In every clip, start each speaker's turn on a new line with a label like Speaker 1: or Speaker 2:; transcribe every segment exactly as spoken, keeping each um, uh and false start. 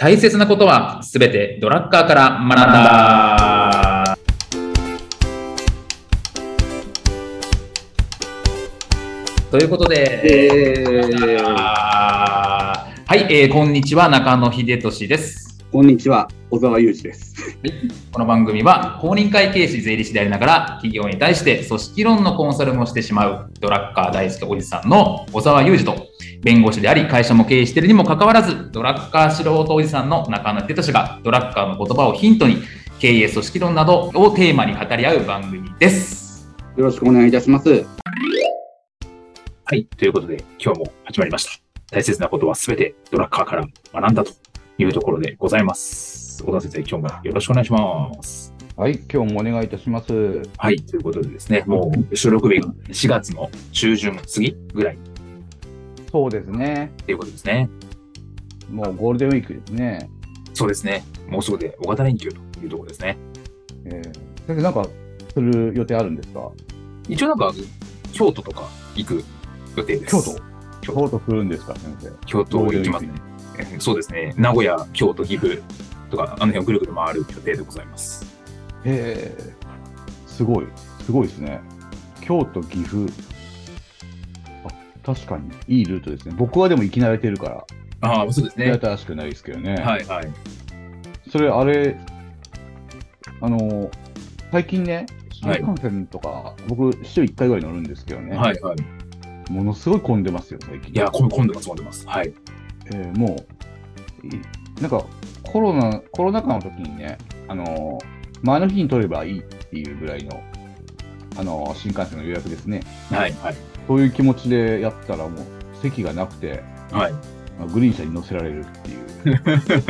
Speaker 1: 大切なことはすべてドラッカーから学んだ。ということで、えー、はい、えー、こんにちは、中野秀俊です。
Speaker 2: こんにちは、小沢裕二です。
Speaker 1: この番組は公認会計士税理士でありながら企業に対して組織論のコンサルもしてしまうドラッカー大好きおじさんの小沢裕二と、弁護士であり会社も経営しているにもかかわらずドラッカー素人おじさんの中野秀俊がドラッカーの言葉をヒントに経営組織論などをテーマに語り合う番組です。
Speaker 2: よろしくお願いいたします。
Speaker 1: はい、ということで今日も始まりました。大切なことはすべてドラッカーから学んだというところでございます。小田先生、今日もよろしくお願いします。
Speaker 3: はい、今日もお願いいたします。
Speaker 1: はい、ということでですね、もう収録日がしがつの中旬過ぎぐらい。
Speaker 3: そうですね。
Speaker 1: ということですね。
Speaker 3: もうゴールデンウィークですね。
Speaker 1: そうですね。もうすぐで大型連休というところですね。
Speaker 3: えー、先生、なんかする予定あるんですか？
Speaker 1: 一応なんか京都とか行く予定です。
Speaker 3: 京都京都来るんですか、先生？
Speaker 1: 京都行きますね。そうですね。名古屋、京都、岐阜とか、あの辺をぐるぐる回る予定でございます。
Speaker 3: へえ、すごい、すごいですね。京都、岐阜。あ、確かにいいルートですね。僕はでも行き慣れてるから。
Speaker 1: ああ、そうですね。
Speaker 3: 新しくないですけどね。
Speaker 1: はいはい。
Speaker 3: それ、あれ、あの、最近ね、新幹線とか、はい、僕、週いっかいぐらい乗るんですけどね。
Speaker 1: はいはい。
Speaker 3: ものすごい混んでますよ、最近。
Speaker 1: いや、混んでます、混んでます。はい。
Speaker 3: えー、もう、なんかコロナ、コロナ禍の時にね、あのー、前の日に取ればいいっていうぐらいの、あのー、新幹線の予約ですね。
Speaker 1: はいはい。
Speaker 3: そういう気持ちでやったら、もう席がなくて、
Speaker 1: はい。
Speaker 3: グリーン車に乗せられるっていう。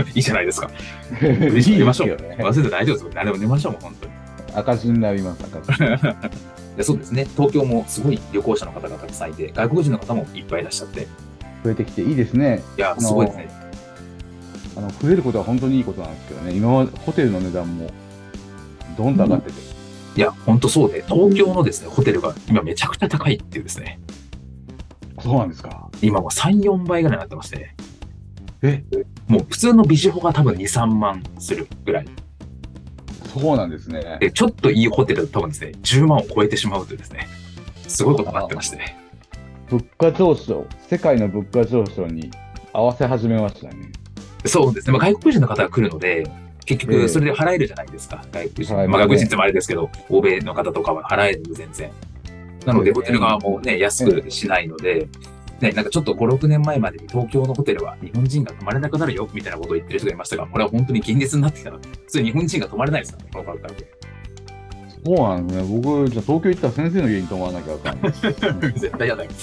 Speaker 1: いいじゃないですか。グリーン車寝ましょう。ね、忘れて大丈夫ですよ。何でも寝ましょう、本当に。
Speaker 3: 赤字になります、赤字。
Speaker 1: でそうですね。東京もすごい旅行者の方がたくさんいて、外国人の方もいっぱいいらっしゃって。
Speaker 3: 増えてきていいですね。
Speaker 1: いや、すごいですね。
Speaker 3: あの増えることは本当にいいことなんですけどね、今はホテルの値段もどんどん上がってて、
Speaker 1: うん、いや、本当そうで、東京のですね、ホテルが今めちゃくちゃ高いっていうですね。
Speaker 3: そうなんですか。
Speaker 1: 今もさん、よんばいぐらいになってまして、
Speaker 3: え
Speaker 1: もう普通のビジホが多分に、さんまんするぐらい。
Speaker 3: そうなんですね。
Speaker 1: で、ちょっといいホテルだと多分ですね、じゅうまんを超えてしまうというですね、すごいことになってましてね。
Speaker 3: 物価上昇、世界の物価上昇に合わせ始めましたね。
Speaker 1: そうですね。まあ、外国人の方が来るので、結局それで払えるじゃないですか。えー、外国人。まあ、外国人ってもあれですけど、欧米の方とかは払える全然。なので、ホテル側もね、安くしないので、ね、なんかちょっとご、ろくねんまえまでに東京のホテルは日本人が泊まれなくなるよ、みたいなことを言ってる人がいましたが、これは本当に現実になってきたら、普通日本人が泊まれないですからね、この価格から。
Speaker 3: そうなんですね。僕、じゃあ東京行ったら先生の家に泊まらなきゃあかん、ね。
Speaker 1: 絶対嫌だよ。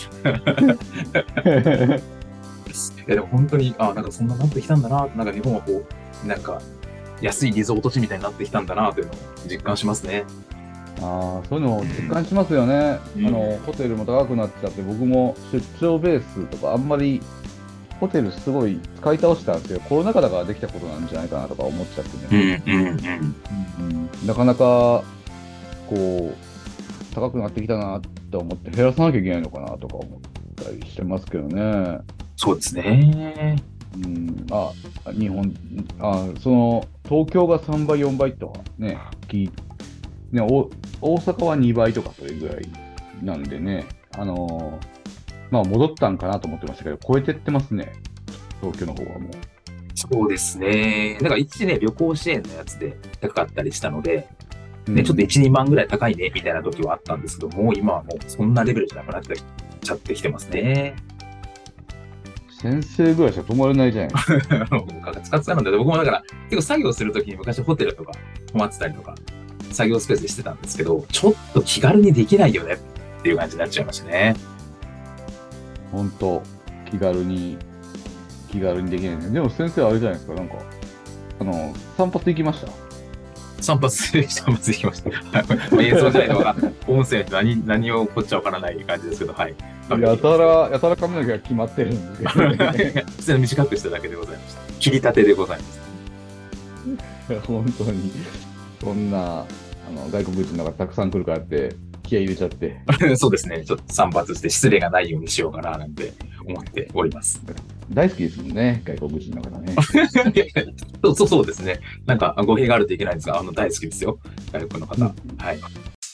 Speaker 1: いやでも本当に、あ、なんかそんななってきたんだな、なんか日本はこう、なんか安いリゾート地みたいになってきたんだなというのを実感しますね。
Speaker 3: ああ、そういうのを実感しますよね。うん、あの、ホテルも高くなっちゃって、僕も出張ベースとかあんまりホテルすごい使い倒したんですけど、コロナ禍だからできたことなんじゃないかなとか思っちゃってね。
Speaker 1: うんうんうん
Speaker 3: うん、なかなか、こう、高くなってきたなと思って減らさなきゃいけないのかなとか思ったりしてますけどね。
Speaker 1: そうですね。
Speaker 3: うん、あ、日本、あ、その、東京がさんばい、よんばいとかね、きねお大阪はにばいとかそれぐらいなんでね、あのー、まあ戻ったんかなと思ってましたけど、超えてってますね、東京の方はもう。
Speaker 1: そうですね。なんか一時ね、旅行支援のやつで高かったりしたので、
Speaker 3: うん、
Speaker 1: ね、ちょっといち、にまんぐらい高いね、みたいな時はあったんですけど、もう今はもうそんなレベルじゃなくなってきちゃってきてますね。
Speaker 3: 先生ぐらいしか泊まれないじゃないですか。
Speaker 1: カツカツなんで、僕もだから結構作業するときに昔ホテルとか泊まってたりとか、作業スペースでしてたんですけど、ちょっと気軽にできないよねっていう感じになっちゃいましたね。
Speaker 3: 本当、気軽に、気軽にできないですね。でも先生あれじゃないですか、なんか、あの、散髪行きました？
Speaker 1: 散髪、散髪行きました。映像じゃないと分かんない。音声って何、何をこっちゃ分からない感じですけど、はい。
Speaker 3: やたら、やたら髪の毛が決まってるんですけど、ね。
Speaker 1: 普通に短くしただけでございました。切り立てでございます。
Speaker 3: 本当に、そんな、あの、外国人の方たくさん来るからって、気合い入れちゃって。
Speaker 1: そうですね。ちょっと散髪して失礼がないようにしようかな、なんて思っております。
Speaker 3: 大好きですもんね、外国人の方ね。
Speaker 1: そうそうそうですね。なんか語弊があるといけないんですが、あの大好きですよ。外国の方。
Speaker 3: うん、
Speaker 1: はい。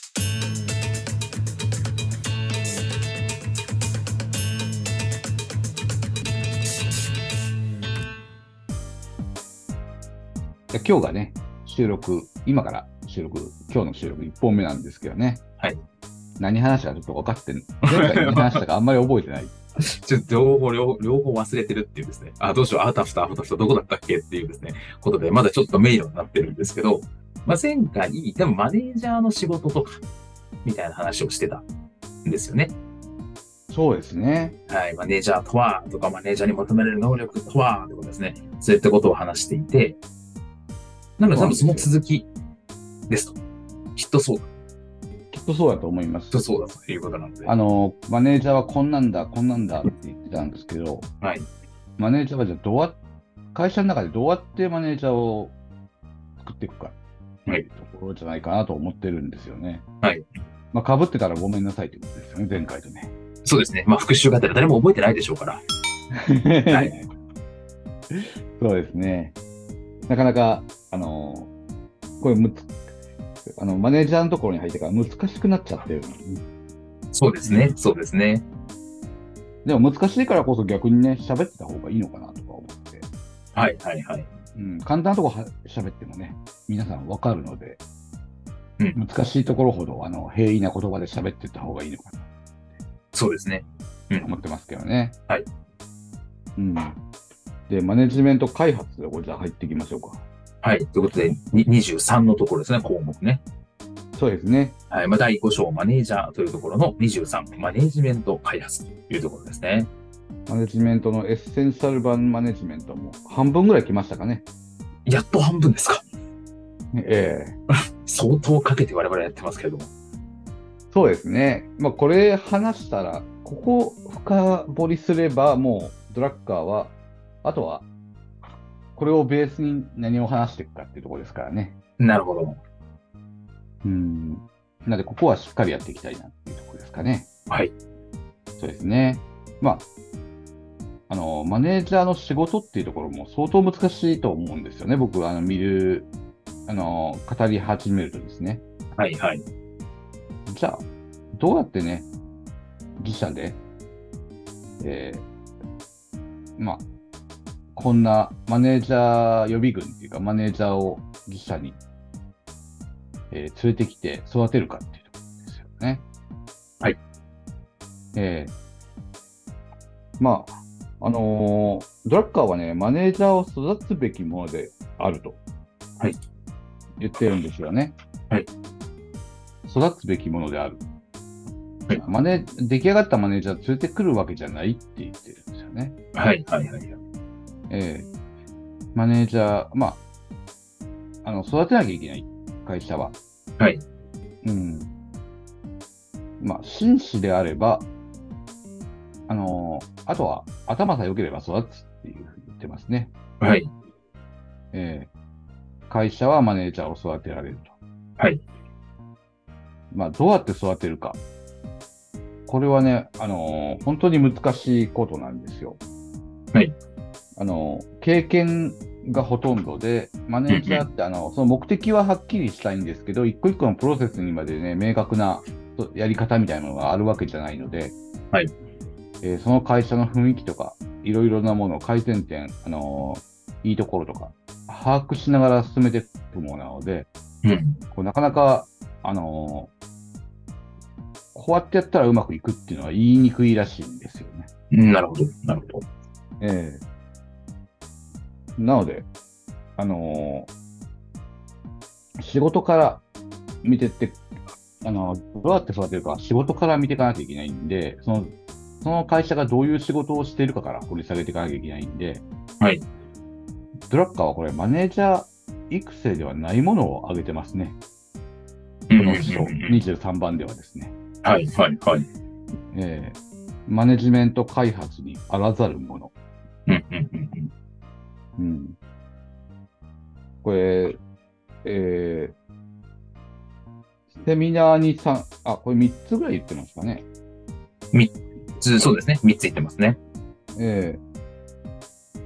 Speaker 3: 今日がね、収録、今から収録、今日の収録いっぽんめなんですけどね。
Speaker 1: はい。
Speaker 3: 何話したかちょっと分かってん、前回何話したかあんまり覚えてない。
Speaker 1: ちょっと両方、両方、両方忘れてるっていうですね。あ、どうしよう、アータフター、アフタフター、どこだったっけっていうですね、ことで、まだちょっと迷路になってるんですけど、まあ、前回、でもマネージャーの仕事とか、みたいな話をしてたんですよね。
Speaker 3: そうですね。
Speaker 1: はい。マネージャーとは、とか、マネージャーに求められる能力とは、とかですね。そういったことを話していて、なので多分その続きですと。きっとそうだ。
Speaker 3: きっとそうだと思います。
Speaker 1: きっとそうだということなので。
Speaker 3: あの、マネージャーはこんなんだ、こんなんだって言ってたんですけど、
Speaker 1: はい。
Speaker 3: マネージャーはじゃあどうや、会社の中でどうやってマネージャーを作っていくか、
Speaker 1: はい。
Speaker 3: ところじゃないかなと思ってるんですよね。
Speaker 1: はい。
Speaker 3: まあ、被ってたらごめんなさいということですよね、前回とね。
Speaker 1: そうですね。まあ、復習があったら誰も覚えてないでしょうから。はい。
Speaker 3: そうですね。なかなか、あの、これむつ、あの、マネージャーのところに入ってから難しくなっちゃってる、ね。
Speaker 1: そうですね。そうですね。
Speaker 3: でも難しいからこそ逆にね、喋ってた方がいいのかなとか思って。
Speaker 1: はい、はい、はい。
Speaker 3: うん、簡単なところ喋ってもね、皆さんわかるので、
Speaker 1: うん、
Speaker 3: 難しいところほど、あの、平易な言葉で喋ってった方がいいのかな。
Speaker 1: そうですね。うん。
Speaker 3: 思ってますけどね。
Speaker 1: はい。
Speaker 3: うん。で、マネジメント開発でこれじゃあ入っていきましょうか。
Speaker 1: はい。ということで、にじゅうさんのところですね、項目ね。
Speaker 3: そうですね。
Speaker 1: はい。まあ、だいご章マネージャーというところのにじゅうさん、マネージメント開発というところですね。
Speaker 3: マネジメントのエッセンシャル版マネジメントも半分ぐらい来ましたかね。
Speaker 1: やっと半分ですか。
Speaker 3: ええ
Speaker 1: 相当かけて我々やってますけれども。
Speaker 3: そうですね。まあ、これ話したら、ここ深掘りすれば、もうドラッカーは、あとは、これをベースに何を話していくかっていうところですからね。
Speaker 1: なるほど。
Speaker 3: うん。なので、ここはしっかりやっていきたいなっていうところですかね。
Speaker 1: はい。
Speaker 3: そうですね。まあ、あの、マネージャーの仕事っていうところも相当難しいと思うんですよね。僕、あの、見る、あの、語り始めるとですね。
Speaker 1: はい、はい。
Speaker 3: じゃあ、どうやってね、自社で、えー、まあ、こんなマネージャー予備軍っていうか、マネージャーを自社に、えー、連れてきて育てるかっていうところですよね。
Speaker 1: はい。
Speaker 3: えー、まあ、あのー、ドラッカーはね、マネージャーを育つべきものであると、
Speaker 1: はい。
Speaker 3: 言ってるんですよね。
Speaker 1: はい。
Speaker 3: 育つべきものである。
Speaker 1: はい。
Speaker 3: マネ、出来上がったマネージャーを連れてくるわけじゃないって言ってるんですよね。
Speaker 1: はい、はい、はい。
Speaker 3: ええマネージャー、まあ、あの、育てなきゃいけない、会社は。
Speaker 1: はい。
Speaker 3: うん。まあ、紳士であれば、あのーあとは、頭さえ良ければ育つっていうふうに言ってますね。
Speaker 1: はい。
Speaker 3: ええ会社はマネージャーを育てられると。
Speaker 1: はい。
Speaker 3: まあ、どうやって育てるか。これはね、あのー本当に難しいことなんですよ。
Speaker 1: はい。
Speaker 3: あの、経験がほとんどで、マネージャーって、あの、その目的ははっきりしたいんですけど、一個一個のプロセスにまでね、明確なやり方みたいなのがあるわけじゃないので、
Speaker 1: はい。
Speaker 3: えーその会社の雰囲気とか、いろいろなもの、改善点、あのーいいところとか、把握しながら進めていくものなので、
Speaker 1: うん。
Speaker 3: こうなかなか、あのーこうやってやったらうまくいくっていうのは言いにくいらしいんですよね。
Speaker 1: なるほど。なるほど。
Speaker 3: ええなので、あのー仕事から見てって、あの、どうやって育てるか、仕事から見ていかなきゃいけないんで、その、その会社がどういう仕事をしているかから掘り下げていかなきゃいけないんで、
Speaker 1: はい。
Speaker 3: ドラッカーはこれ、マネージャー育成ではないものを挙げてますね。
Speaker 1: こ
Speaker 3: この章、にじゅうさんばんではですね。
Speaker 1: はい、はい、はい。
Speaker 3: えーマネジメント開発にあらざるもの。
Speaker 1: うん、うん、うん。
Speaker 3: うんこれ、えー、セミナーにさん、あ、これみっつぐらい言ってますかね。
Speaker 1: みっつ、そうですね。みっつ言ってますね。
Speaker 3: え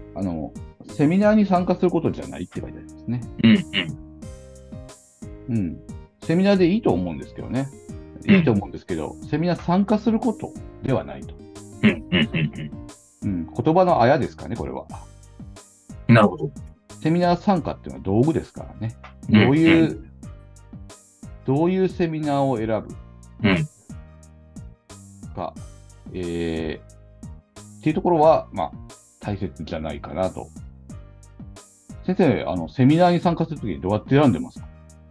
Speaker 3: あの、セミナーに参加することじゃないって書いてありますね。
Speaker 1: うんうん。
Speaker 3: うん。セミナーでいいと思うんですけどね。いいと思うんですけど、うん、セミナー参加することではないと。
Speaker 1: うんうんうん
Speaker 3: うん。言葉のあやですかね、これは。
Speaker 1: なるほど。
Speaker 3: セミナー参加っていうのは道具ですからね。どういう、うんうん、どういうセミナーを選ぶか、うん、えー、っていうところは、まあ、大切じゃないかなと。先生、あの、セミナーに参加するときにどうやって選んでますか？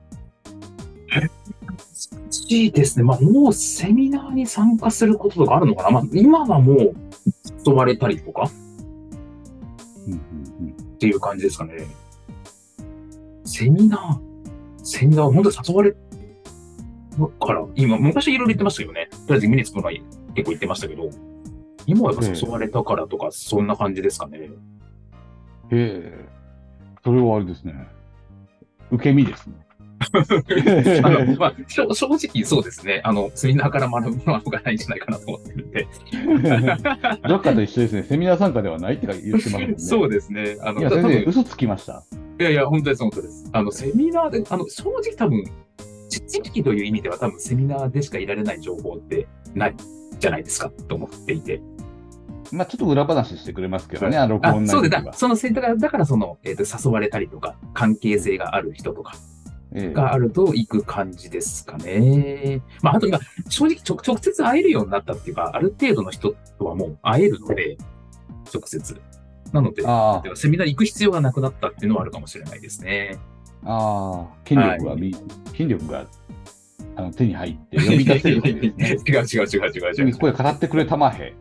Speaker 1: 難しいですね。まあ、もうセミナーに参加することとかあるのかな。まあ、今はもう誘われたりとか、うんうんうん、っていう感じですかね。セミナー、セミナー、本当に誘われから、今、昔いろいろ言ってましたけどね。とりあえず身につくのは結構言ってましたけど、今はやっぱ誘われたからとか、そんな感じですかね。へ
Speaker 3: え、それはあれですね。受け身ですね。
Speaker 1: あの、まあ、正直そうですね。あの、セミナーから学ぶものがないんじゃないかなと思ってるんで。
Speaker 3: どっかと一緒ですね。セミナー参加ではないって言ってますもんね。
Speaker 1: そうですね。あの、
Speaker 3: いや、先生、嘘つきました。
Speaker 1: いやいや、本当です、本当です。あの、セミナーで、あの、正直多分、知識という意味では多分セミナーでしかいられない情報ってないじゃないですかと思っていて。
Speaker 3: まあちょっと裏話してくれますけどね、あの録音内
Speaker 1: 容は。そうです。そのせだから、だからその、えっと、誘われたりとか、関係性がある人とか、があると行く感じですかね。まあ、あと今、正直直、直接会えるようになったっていうか、ある程度の人とはもう会えるので、直接。なので、セミナーに行く必要がなくなったっていうのはあるかもしれないですね。
Speaker 3: ああ、筋力が、はい、筋力があの手に入って呼び出せるわけですね。
Speaker 1: 違う違う違う違う違う。
Speaker 3: これ語ってくれたまへ。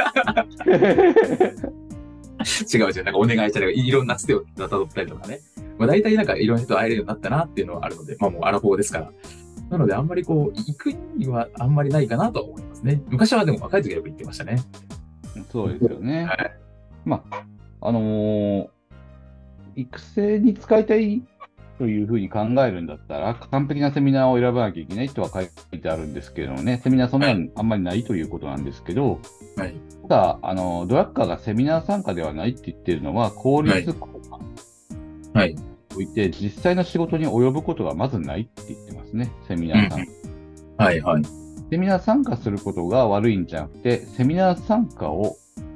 Speaker 1: 違う違う。なんかお願いしたり、いろんなつてを辿ったりとかね。まあ大体なんかいろんな人と会えるようになったなっていうのはあるので、まあもうアラフォーですから。なのであんまりこう、行く意味はあんまりないかなと思いますね。昔はでも若い時はよく行ってましたね。
Speaker 3: そうですよね。はい。まあ、あのー、育成に使いたいというふうに考えるんだったら、完璧なセミナーを選ばなきゃいけないとは書いてあるんですけどもね、セミナーそんなのあんまりないということなんですけど、はい、ただ、あの、ドラッカーがセミナー参加ではないって言ってるのは、効率効果において、実際の仕事に及ぶことがまずないって言ってますね、セミナー参加。
Speaker 1: うん、はいはい。
Speaker 3: セミナー参加することが悪いんじゃなくて、セミナー参加を、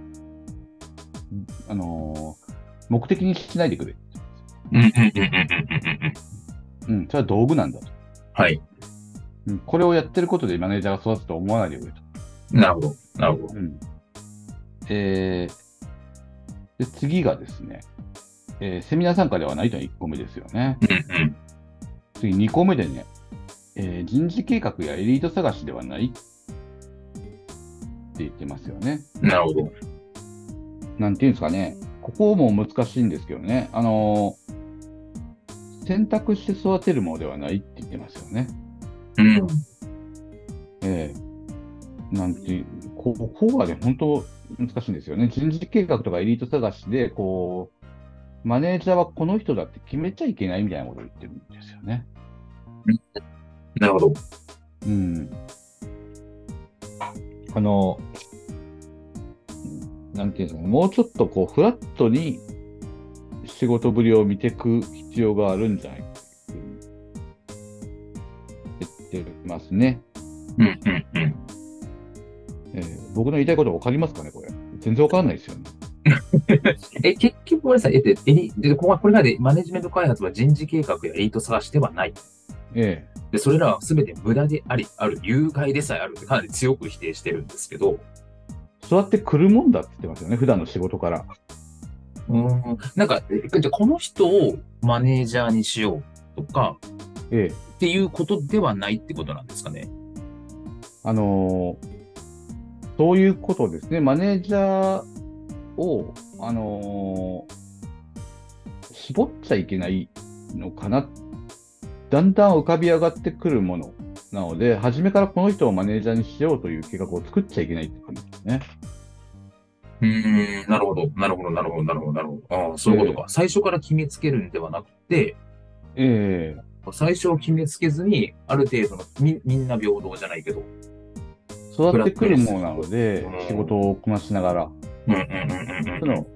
Speaker 3: あのー、目的にしないでくれ。
Speaker 1: うんうんうんうんうん
Speaker 3: うん、それは道具なんだと。
Speaker 1: はい。
Speaker 3: うん、これをやってることでマネージャーが育つと思わないでくれと。
Speaker 1: なるほど。なるほど。
Speaker 3: うん、えー、で次がですね、えー、セミナー参加ではないというのがいっこめですよね。
Speaker 1: うんうん、
Speaker 3: 次にこめでね、えー、人事計画やエリート探しではないって言ってますよね。
Speaker 1: なるほど。
Speaker 3: なんていうんですかね、ここも難しいんですけどね、あのー、選択して育てるものではないって言ってますよね。
Speaker 1: うん。
Speaker 3: ええー、なんて、ここがね、本当難しいんですよね。人事計画とかエリート探しで、こう、マネージャーはこの人だって決めちゃいけないみたいなことを言ってるんですよね。
Speaker 1: なるほど。
Speaker 3: うん。あの、なんていうんですかね、もうちょっとこう、フラットに仕事ぶりを見ていく必要があるんじゃないかと言ってますね。
Speaker 1: うんうんうん。
Speaker 3: えー、僕の言いたいこと分かりますかね、これ。全然分からないですよね。
Speaker 1: え、結局、ごめんなさい。え、で、えりでここれまでマネジメント開発は人事計画やエリート探しではない。
Speaker 3: ええ。
Speaker 1: で、それらは全て無駄であり、ある、有害でさえあるってかなり強く否定してるんですけど。
Speaker 3: そうやって来るもんだって言ってますよね、普段の仕事から。
Speaker 1: うん。なんか、じゃこの人をマネージャーにしようとか、
Speaker 3: ええ。
Speaker 1: っていうことではないってことなんですかね。
Speaker 3: あのー、そういうことですね。マネージャーを、あのー、絞っちゃいけないのかな。だんだん浮かび上がってくるものなので、初めからこの人をマネージャーにしようという計画を作っちゃいけないって感じですね。
Speaker 1: うーん、なるほど、なるほど、なるほど、なるほど、なるほど。ああ、そういうことか。えー、最初から決めつけるんではなくて、
Speaker 3: え
Speaker 1: えー、最初を決めつけずに、ある程度のみ、みんな平等じゃないけど、
Speaker 3: 育ってくるものなので、仕事をこなしながら、
Speaker 1: うんうんうんうんうん。
Speaker 3: その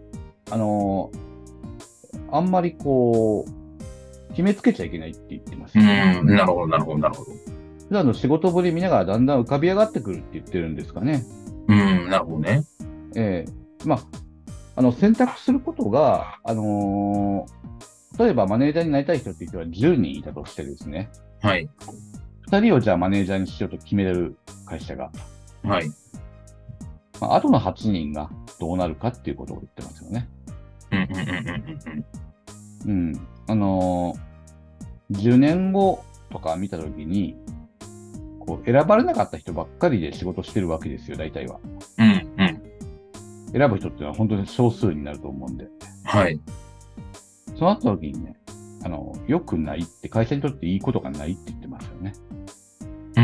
Speaker 3: あのー、あんまりこう、決めつけちゃいけないって言ってます
Speaker 1: う
Speaker 3: よね。
Speaker 1: ん、なるほど、なるほど、なるほど。
Speaker 3: 普段の仕事ぶり見ながらだんだん浮かび上がってくるって言ってるんですかね。
Speaker 1: うん、なるほどね。
Speaker 3: ええまあ、あの、選択することが、あのー例えばマネージャーになりたい人っていう人はじゅうにんいたとしてですね、
Speaker 1: はい。
Speaker 3: ふたりをじゃあマネージャーにしようと決めれる会社が、
Speaker 1: はい。
Speaker 3: まあ、あとのはちにんがどうなるかっていうことを言ってますよね。
Speaker 1: うん、うん、うん、うん、うん。
Speaker 3: うん。あのー、じゅうねんごとか見たときに、こう選ばれなかった人ばっかりで仕事してるわけですよ、大体は。
Speaker 1: うん、うん。
Speaker 3: 選ぶ人っていうのは本当に少数になると思うんで。
Speaker 1: はい。
Speaker 3: そうなったときにね、あの、良くないって、会社にとっていいことがないって言ってますよね。
Speaker 1: うん、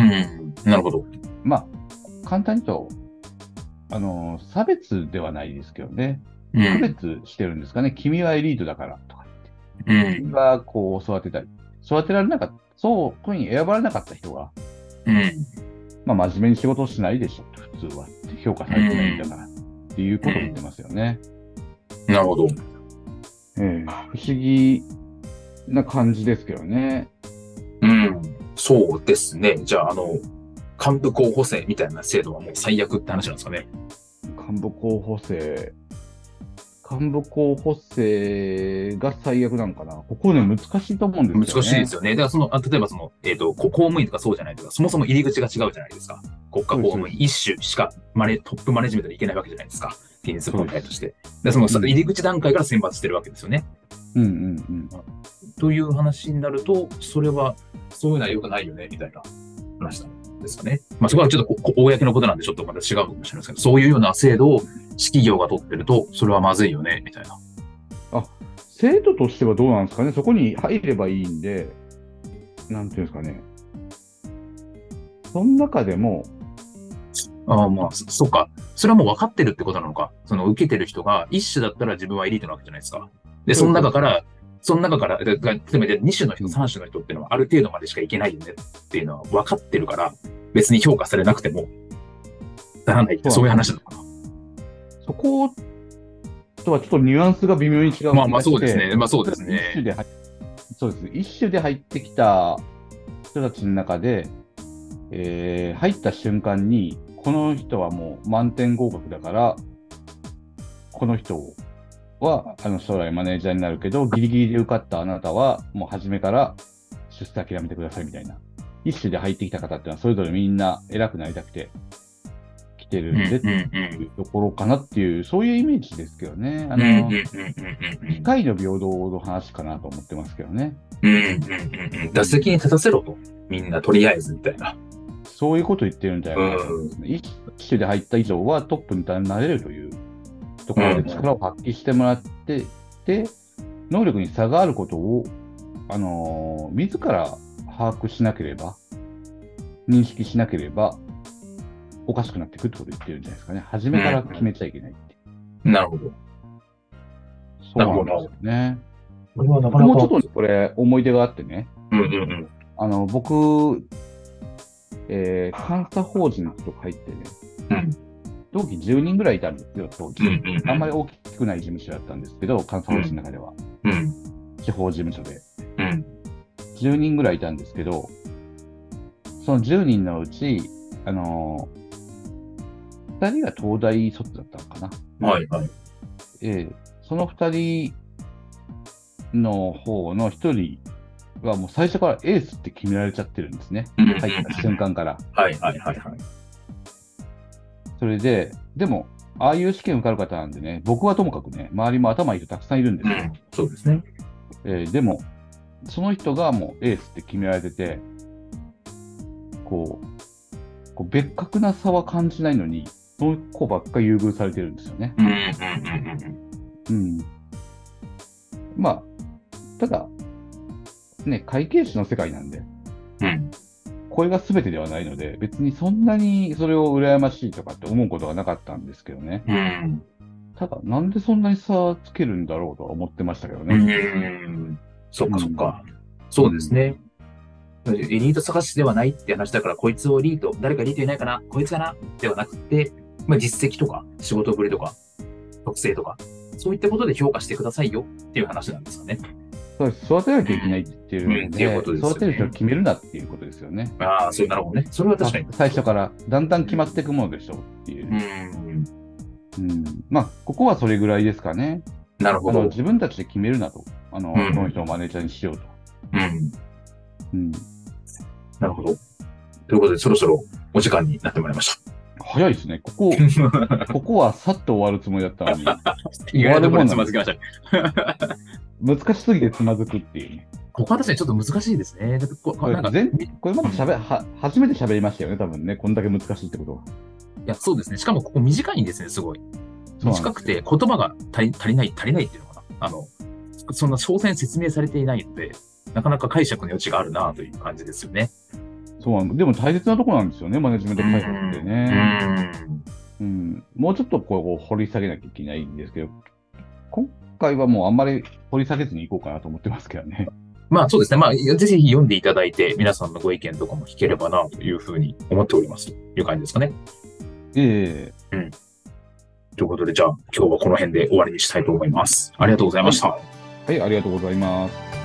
Speaker 1: なるほど。
Speaker 3: まあ、簡単に言うと、あの、差別ではないですけどね。
Speaker 1: うん。
Speaker 3: 区別してるんですかね。君はエリートだからとか
Speaker 1: う
Speaker 3: 言って。
Speaker 1: ん。
Speaker 3: 君はこう育てたり。育てられなかった。そう、こういうふうに選ばれなかった人が、
Speaker 1: うん。
Speaker 3: まあ真面目に仕事をしないでしょ、普通は。評価されてないんだから。っていうことを言ってますよね。
Speaker 1: なるほど。
Speaker 3: ええ、不思議な感じですけどね。
Speaker 1: うん。そうですね。じゃあ、あの、幹部候補生みたいな制度はもう最悪って話なんですかね。
Speaker 3: 幹部候補生。幹部候補生が最悪なのかな。ここね、難しいと思うんですよね。
Speaker 1: 難しいですよね。だからその、あ例えばその、えっ、と、こ公務員とかそうじゃないとか、そもそも入り口が違うじゃないですか。国家公務員一種しかマネ、トップマネジメントでいけないわけじゃないですか。現実問題として。で、その、
Speaker 3: うん
Speaker 1: 入り口段階から選抜してるわけですよね。
Speaker 3: うんうんうん。
Speaker 1: という話になると、それは、そういうのは良くないよね、みたいな話なんですかね。まあ、そこはちょっとこ、公のことなんで、ちょっとまた違うかもしれないですけど、そういうような制度を企業が取ってると、それはまずいよね、みたいな。
Speaker 3: あ、制度としてはどうなんですかね。そこに入ればいいんで、なんていうんですかね。その中でも、
Speaker 1: ああ、まあ、そそうか。それはもう分かってるってことなのか。その受けてる人が一種だったら自分はエリートなわけじゃないですか。で、その中から、その中から、だだ例えばに種の人、さん種の人っていうのはある程度までしかいけないよねっていうのは分かってるから、別に評価されなくても、ならないって、そういう話なのかな。
Speaker 3: そことはちょっとニュアンスが微妙に違う。
Speaker 1: まあまあそうですね。まあそうですね。
Speaker 3: 一種で入そうです。一種で入ってきた人たちの中で、えー、入った瞬間に、この人はもう満点合格だから、この人はあの将来マネージャーになるけど、ギリギリで受かったあなたは、もう初めから出世諦めてくださいみたいな。一種で入ってきた方っていうのは、それぞれみんな偉くなりたくて来てるんで、っていうところかなっていう、そういうイメージですけどね。あの、機会の平等の話かなと思ってますけどね。
Speaker 1: うんうんうんうん。打席に立たせろと。みんなとりあえずみたいな。
Speaker 3: そういうこと言ってるんじゃないかなと思うんですね。一種で入った以上はトップになれるというところで力を発揮してもらって、で、能力に差があることを、あのー、自ら把握しなければ、認識しなければ、おかしくなってくるってことを言ってるんじゃないですかね。初めから決めちゃいけないって。
Speaker 1: うん、なるほど。
Speaker 3: そうなんですよね。
Speaker 1: これはなかなか。
Speaker 3: もうちょっとこれ思い出があってね。
Speaker 1: うんうんうん。
Speaker 3: あの、僕、えー、監査法人とか入ってね、
Speaker 1: うん、
Speaker 3: 同期じゅうにんぐらいいたんですよ、当時。
Speaker 1: うんうんうん、
Speaker 3: あんまり大きくない事務所だったんですけど、監査法人の中では。
Speaker 1: うん、
Speaker 3: 地方事務所で。
Speaker 1: うん。
Speaker 3: じゅうにんぐらいいたんですけど、そのじゅうにんのうち、あのー、ふたりが東大卒だったのかな。
Speaker 1: はいはい。
Speaker 3: えー、そのふたりの方のひとりはもう最初からエースって決められちゃってるんですね。
Speaker 1: うんうんうん、
Speaker 3: 入った瞬間から。
Speaker 1: はいはいはいはい。
Speaker 3: それで、でも、ああいう試験受かる方なんでね、僕はともかくね、周りも頭いい人たくさんいるんですよ。うん、
Speaker 1: そうですね。
Speaker 3: えー、でも、その人がもうエースって決められてて、こう、こう別格な差は感じないのに、その子ばっかり優遇されてるんですよね。
Speaker 1: うんうんうんうん。
Speaker 3: うん。まあ、ただ、ね、会計士の世界なんで、
Speaker 1: うん、
Speaker 3: これが全てではないので、別にそんなにそれを羨ましいとかって思うことがなかったんですけどね。
Speaker 1: うん、
Speaker 3: ただ、なんでそんなに差つけるんだろうとは思ってましたけどね。
Speaker 1: うん、そっかそっか。うん、そうですね。エリート探しではないって話だから、こいつをエリート、誰かエリートいないかな、こいつかなではなくて、まあ、実績とか、仕事ぶりとか、特性とか、 そういったことで評価してくださいよっていう話なんですかね。
Speaker 3: そうです。育てなきゃいけないって言ってるので、
Speaker 1: うんっていうことですよね
Speaker 3: 育てる人を決めるなっていうことですよね。
Speaker 1: ああ、そうなるほどね。それは確かに。
Speaker 3: 最初からだんだん決まっていくものでしょうっていう。
Speaker 1: うん。
Speaker 3: うん、まあ、ここはそれぐらいですかね。
Speaker 1: なるほど。
Speaker 3: あの自分たちで決めるなと。あの、
Speaker 1: うん
Speaker 3: この人をマネージャーにしようと。
Speaker 1: うん。
Speaker 3: うん、
Speaker 1: なるほど。ということで、そろそろお時間になってまいりました。
Speaker 3: 早いですね。ここ、ここはさっと終わるつもりだったのに。
Speaker 1: 意外なところにつまずきましたね。
Speaker 3: 難しすぎてつまずくっていうね。
Speaker 1: ここは確かにちょっと難しいですね。だってこ
Speaker 3: これ
Speaker 1: なんか
Speaker 3: 全これまでしゃべは初めて喋りましたよね、多分ね。こんだけ難しいってことは。
Speaker 1: いや、そうですね。しかもここ短いんですね、すごい。短くて
Speaker 3: そ
Speaker 1: 言葉が足り足りない、足りないっていうのかな。あの、そんな詳細に説明されていないので、なかなか解釈の余地があるなという感じですよね。
Speaker 3: そうなんでも大切なところなんですよね、マネジメント開発ってね。うん、もうちょっとこう掘り下げなきゃいけないんですけど、今回はもうあんまり掘り下げずにいこうかなと思ってますけどね。
Speaker 1: まあそうですね。まあ、ぜひ読んでいただいて、皆さんのご意見とかも聞ければなというふうに思っておりますという感じですかね。
Speaker 3: ええ
Speaker 1: うん。ということで、じゃあ今日はこの辺で終わりにしたいと思います。ありがとうございました。
Speaker 3: はい、ありがとうございます。